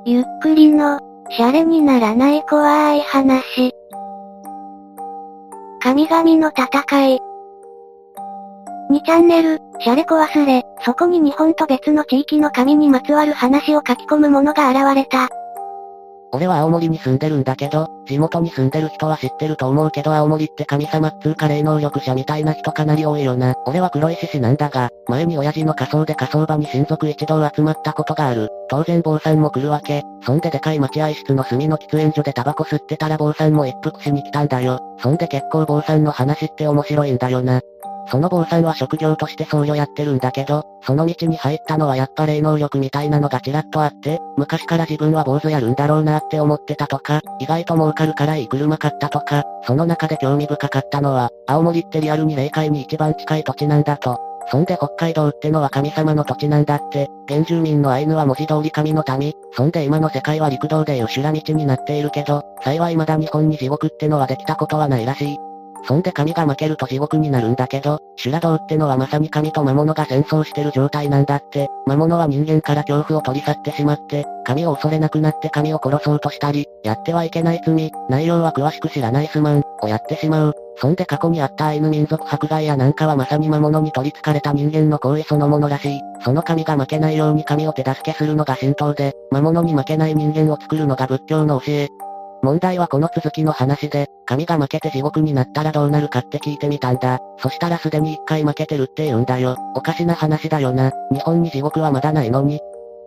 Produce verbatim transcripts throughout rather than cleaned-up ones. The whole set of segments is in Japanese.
ゆっくりの、シャレにならない怖い話。神々の戦い。にチャンネル、シャレコ忘れ、そこに日本と別の地域の神にまつわる話を書き込む者が現れた。 俺は青森に住んでるんだけど、地元に住んでる人は知ってると思うけど青森って神様っつうか霊能力者みたいな人かなり多いよな。俺は黒石市なんだが、前に親父の仮装で火葬場に親族一同集まったことがある。当然坊さんも来るわけ。そんででかい待合室の隅の喫煙所でタバコ吸ってたら坊さんも一服しに来たんだよ。そんで結構坊さんの話って面白いんだよな。その坊さんは職業として僧侶やってるんだけど、その道に入ったのはやっぱ霊能力みたいなのがちらっとあって、昔から自分は坊主やるんだろうなって思ってたとか、意外と儲かるからいい車買ったとか、その中で興味深かったのは、青森ってリアルに霊界に一番近い土地なんだと。そんで北海道ってのは神様の土地なんだって、原住民のアイヌは文字通り神の民、そんで今の世界は陸道でいう修羅道になっているけど、幸いまだ日本に地獄ってのはできたことはないらしい。そんで神が負けると地獄になるんだけど、修羅道ってのはまさに神と魔物が戦争してる状態なんだって、魔物は人間から恐怖を取り去ってしまって、神を恐れなくなって神を殺そうとしたり、やってはいけない罪、内容は詳しく知らないすまん、をやってしまう。そんで過去にあったアイヌ民族迫害やなんかはまさに魔物に取り憑かれた人間の行為そのものらしい。その神が負けないように神を手助けするのが神道で、魔物に負けない人間を作るのが仏教の教え。問題はこの続きの話で、神が負けて地獄になったらどうなるかって聞いてみたんだ。そしたらすでに一回負けてるって言うんだよ。おかしな話だよな。日本に地獄はまだないのに。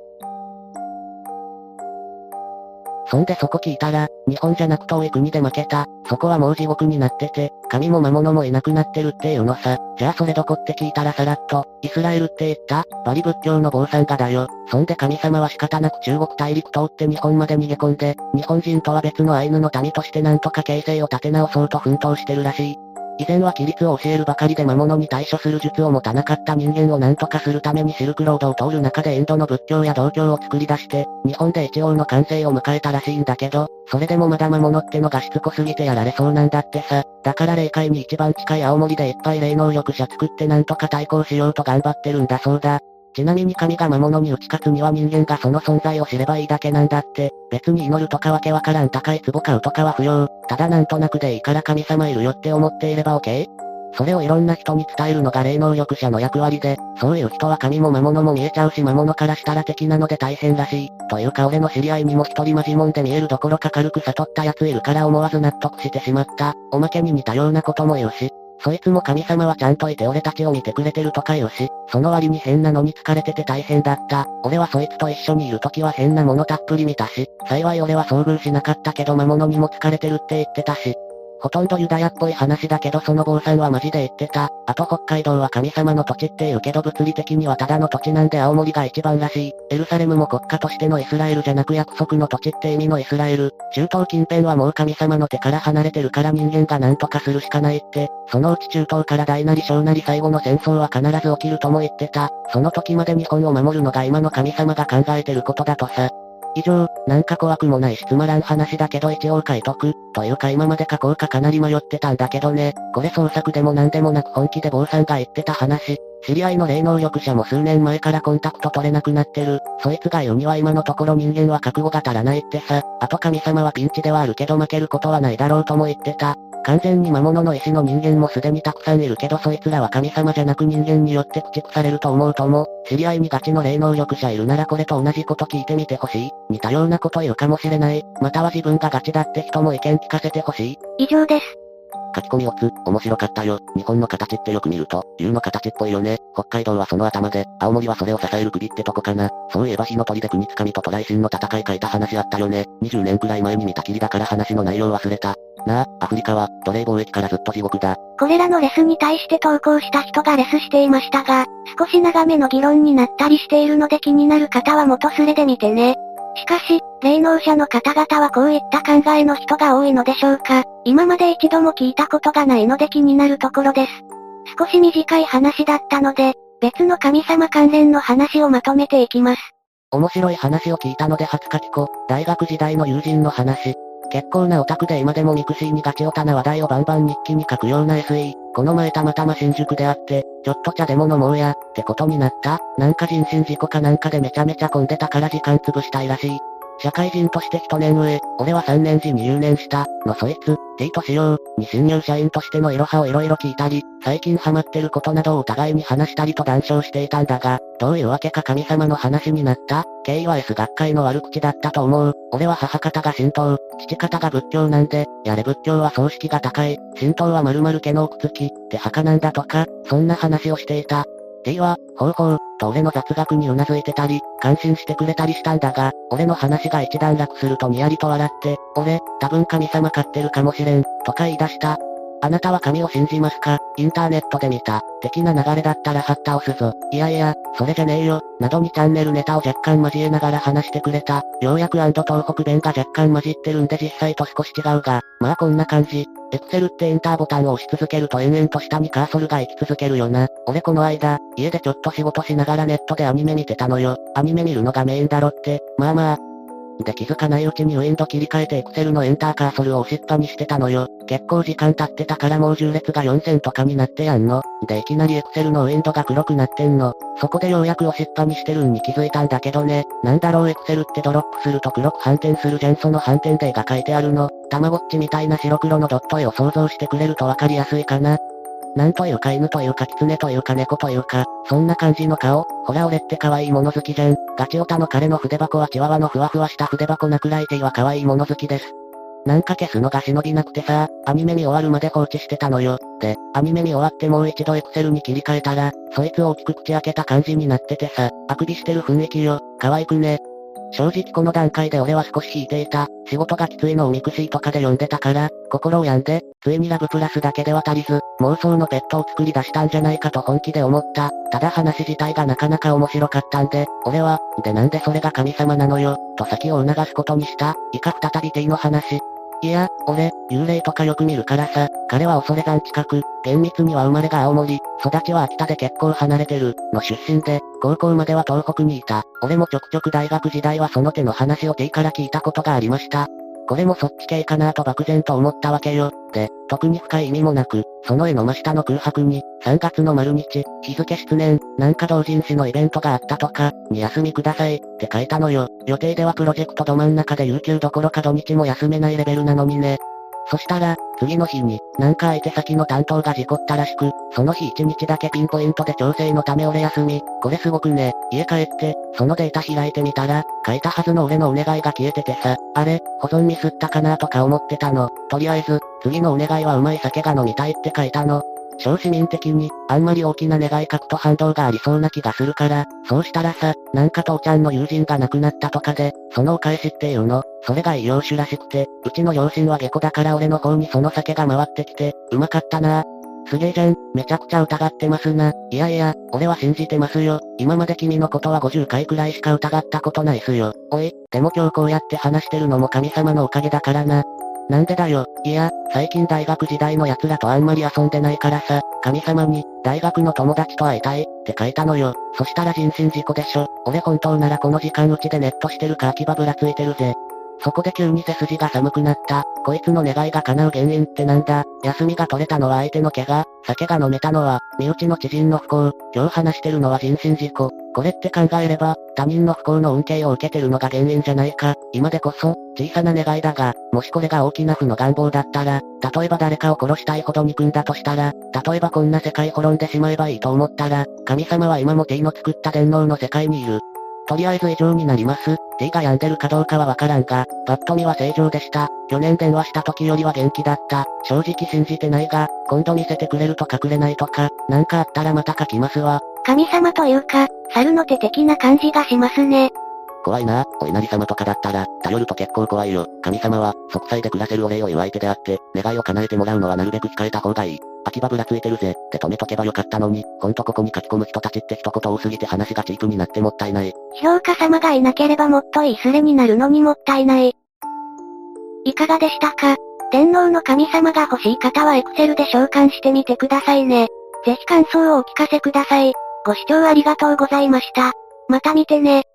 そんでそこ聞いたら、日本じゃなく遠い国で負けた。そこはもう地獄になってて、神も魔物もいなくなってるっていうのさ。じゃあそれどこって聞いたらさらっと、イスラエルって言った？バリ仏教の坊さんがだよ。そんで神様は仕方なく中国大陸通って日本まで逃げ込んで、日本人とは別のアイヌの民としてなんとか形勢を立て直そうと奮闘してるらしい。以前は規律を教えるばかりで魔物に対処する術を持たなかった人間を何とかするためにシルクロードを通る中でインドの仏教や道教を作り出して、日本で一応の完成を迎えたらしいんだけど、それでもまだ魔物ってのがしつこすぎてやられそうなんだってさ。だから霊界に一番近い青森でいっぱい霊能力者作ってなんとか対抗しようと頑張ってるんだそうだ。ちなみに神が魔物に打ち勝つには人間がその存在を知ればいいだけなんだって。別に祈るとかわけわからん高い壺買うとかは不要。ただなんとなくでいいから神様いるよって思っていれば OK？ それをいろんな人に伝えるのが霊能力者の役割で、そういう人は神も魔物も見えちゃうし魔物からしたら敵なので大変らしい。というか俺の知り合いにも一人マジモンで見えるどころか軽く悟った奴いるから思わず納得してしまった。おまけに似たようなことも言うし。そいつも神様はちゃんといて俺たちを見てくれてるとか言うし、その割に変なのに疲れてて大変だった。俺はそいつと一緒にいる時は変なものたっぷり見たし、幸い俺は遭遇しなかったけど魔物にも疲れてるって言ってたし。ほとんどユダヤっぽい話だけどその坊さんはマジで言ってた。あと北海道は神様の土地って言うけど物理的にはただの土地なんで青森が一番らしい。エルサレムも国家としてのイスラエルじゃなく約束の土地って意味のイスラエル。中東近辺はもう神様の手から離れてるから人間が何とかするしかないって。そのうち中東から大なり小なり最後の戦争は必ず起きるとも言ってた。その時まで日本を守るのが今の神様が考えてることだとさ。以上、なんか怖くもないしつまらん話だけど一応書いとく。というか今まで書こうかかなり迷ってたんだけどね。これ創作でもなんでもなく本気で坊さんが言ってた話。知り合いの霊能力者も数年前からコンタクト取れなくなってる。そいつが言うには今のところ人間は覚悟が足らないってさ。あと神様はピンチではあるけど負けることはないだろうとも言ってた。完全に魔物の意志の人間もすでにたくさんいるけどそいつらは神様じゃなく人間によって駆逐されると思うとも、知り合いにガチの霊能力者いるならこれと同じこと聞いてみてほしい。似たようなこと言うかもしれない。または自分がガチだって人も意見聞かせてほしい。 以上です。 書き込みおつ、面白かったよ。日本の形ってよく見ると、竜の形っぽいよね。北海道はその頭で、青森はそれを支える首ってとこかな。そういえば火の鳥で国津神と渡来神の戦い書いた話あったよね。にじゅうねんくらい前に見たきりだから話の内容忘れた。なあ、アフリカは、奴隷貿易からずっと地獄だ。 これらのレスに対して投稿した人がレスしていましたが、少し長めの議論になったりしているので気になる方は元スレで見てね。しかし、霊能者の方々はこういった考えの人が多いのでしょうか。今まで一度も聞いたことがないので気になるところです。少し短い話だったので、別の神様関連の話をまとめていきます。 面白い話を聞いたので初書き子、大学時代の友人の話。結構なオタクで今でもミクシーにガチオタな話題をバンバン日記に書くような エスイー。この前たまたま新宿で会って、ちょっと茶でも飲もうや、ってことになった。なんか人身事故かなんかでめちゃめちゃ混んでたから時間潰したいらしい。 社会人として一年上、俺はさんねん時に留年した、のそいつ、T としよう、に新入社員としてのいろはをいろいろ聞いたり、最近ハマってることなどをお互いに話したりと談笑していたんだが、どういうわけか神様の話になった？経緯は S 学会の悪口だったと思う。俺は母方が神道、父方が仏教なんで、やれ仏教は葬式が高い、神道は〇〇家の奥付き、って墓なんだとか、そんな話をしていた。T は、ほうほう、と俺の雑学に頷いてたり、感心してくれたりしたんだが、俺の話が一段落するとにやりと笑って、俺、多分神様買ってるかもしれん、とか言い出した。あなたは神を信じますか？インターネットで見た、的な流れだったらはった押すぞ。いやいや、それじゃねえよ、などにチャンネルネタを若干交えながら話してくれた。ようやく東北弁が若干混じってるんで実際と少し違うが、まあこんな感じ。エクセルってエンターボタンを押し続けると延々と下にカーソルが行き続けるよな。俺この間、家でちょっと仕事しながらネットでアニメ見てたのよ。アニメ見るのがメインだろって、まあまあ。で気づかないうちにウィンド切り替えてエクセルのエンターカーソルを押しっぱにしてたのよ。結構時間経ってたからもう縦列がよんせんとかになってやんの。でいきなりエクセルのウィンドが黒くなってんの。そこでようやく押しっぱにしてるんに気づいたんだけどね。なんだろうエクセルってドロップすると黒く反転するじゃん。その反転で絵が書いてあるの。たまごっちみたいな白黒のドット絵を想像してくれるとわかりやすいかな。なんというか犬というか狐というか猫というか、そんな感じの顔。ほら俺って可愛いもの好きじゃん。ガチオタの彼の筆箱はチワワのふわふわした筆箱なくらい T は可愛いもの好きです。なんか消すのが忍びなくてさ、アニメ見終わるまで放置してたのよ。で、アニメ見終わってもう一度エクセルに切り替えたら、そいつ大きく口開けた感じになっててさ、あくびしてる雰囲気よ。可愛くね。正直この段階で俺は少し引いていた。仕事がきついのをミクシーとかで読んでたから、心を病んで、ついにラブプラスだけでは足りず、妄想のペットを作り出したんじゃないかと本気で思った。ただ話自体がなかなか面白かったんで、俺は、でなんでそれが神様なのよ、と先を促すことにした。以下再び T の話。いや、俺、幽霊とかよく見るからさ、彼は恐山近く、厳密には生まれが青森、育ちは秋田で結構離れてる、の出身で、高校までは東北にいた。俺もちょくちょく大学時代はその手の話を T から聞いたことがありました。これもそっち系かなと漠然と思ったわけよ。で、特に深い意味もなく、その絵の真下の空白に、さんがつの丸日、日付失念、なんか同人誌のイベントがあったとか、に休みください、って書いたのよ。予定ではプロジェクトど真ん中で有給どころか土日も休めないレベルなのにね。そしたら、次の日に、なんか相手先の担当が事故ったらしく、その日一日だけピンポイントで調整のため俺休み、これすごくね、家帰って、そのデータ開いてみたら、書いたはずの俺のお願いが消えててさ、あれ、保存ミスったかなとか思ってたの。とりあえず、次のお願いはうまい酒が飲みたいって書いたの。小市民的に、あんまり大きな願い書くと反動がありそうな気がするから、そうしたらさ、なんか父ちゃんの友人が亡くなったとかで、そのお返しっていうの、それが異業種らしくて、うちの両親は下戸だから俺の方にその酒が回ってきて、うまかったなぁ。すげえじゃん、めちゃくちゃ疑ってますな。いやいや、俺は信じてますよ。今まで君のことはごじゅっかいくらいしか疑ったことないっすよ。おい、でも今日こうやって話してるのも神様のおかげだからな。なんでだよ。いや、最近大学時代の奴らとあんまり遊んでないからさ、神様に、大学の友達と会いたい、って書いたのよ。そしたら人身事故でしょ。俺本当ならこの時間うちでネットしてるか秋葉ぶらついてるぜ。そこで急に背筋が寒くなった。こいつの願いが叶う原因ってなんだ。休みが取れたのは相手の怪我、酒が飲めたのは、身内の知人の不幸、今日話してるのは人身事故。これって考えれば、他人の不幸の恩恵を受けてるのが原因じゃないか。今でこそ、小さな願いだが、もしこれが大きな負の願望だったら、例えば誰かを殺したいほど憎んだとしたら、例えばこんな世界滅んでしまえばいいと思ったら、神様は今も T の作った電脳の世界にいる。とりあえず以上になります。T が病んでるかどうかはわからんが、パッと見は正常でした。去年電話した時よりは元気だった。正直信じてないが、今度見せてくれると隠れないとか、なんかあったらまた書きますわ。 神様というか、猿の手的な感じがしますね。 怖いな。お稲荷様とかだったら、頼ると結構怖いよ。神様は、息災で暮らせるお礼を言う相手であって、願いを叶えてもらうのはなるべく控えた方がいい。秋葉ぶらついてるぜ、って止めとけばよかったのに、ほんとここに書き込む人たちって一言多すぎて話がチープになってもったいない。 評価様がいなければもっといいスレになるのにもったいない。いかがでしたか？天皇の神様が欲しい方はエクセルで召喚してみてくださいね。ぜひ感想をお聞かせください。ご視聴ありがとうございました。また見てね。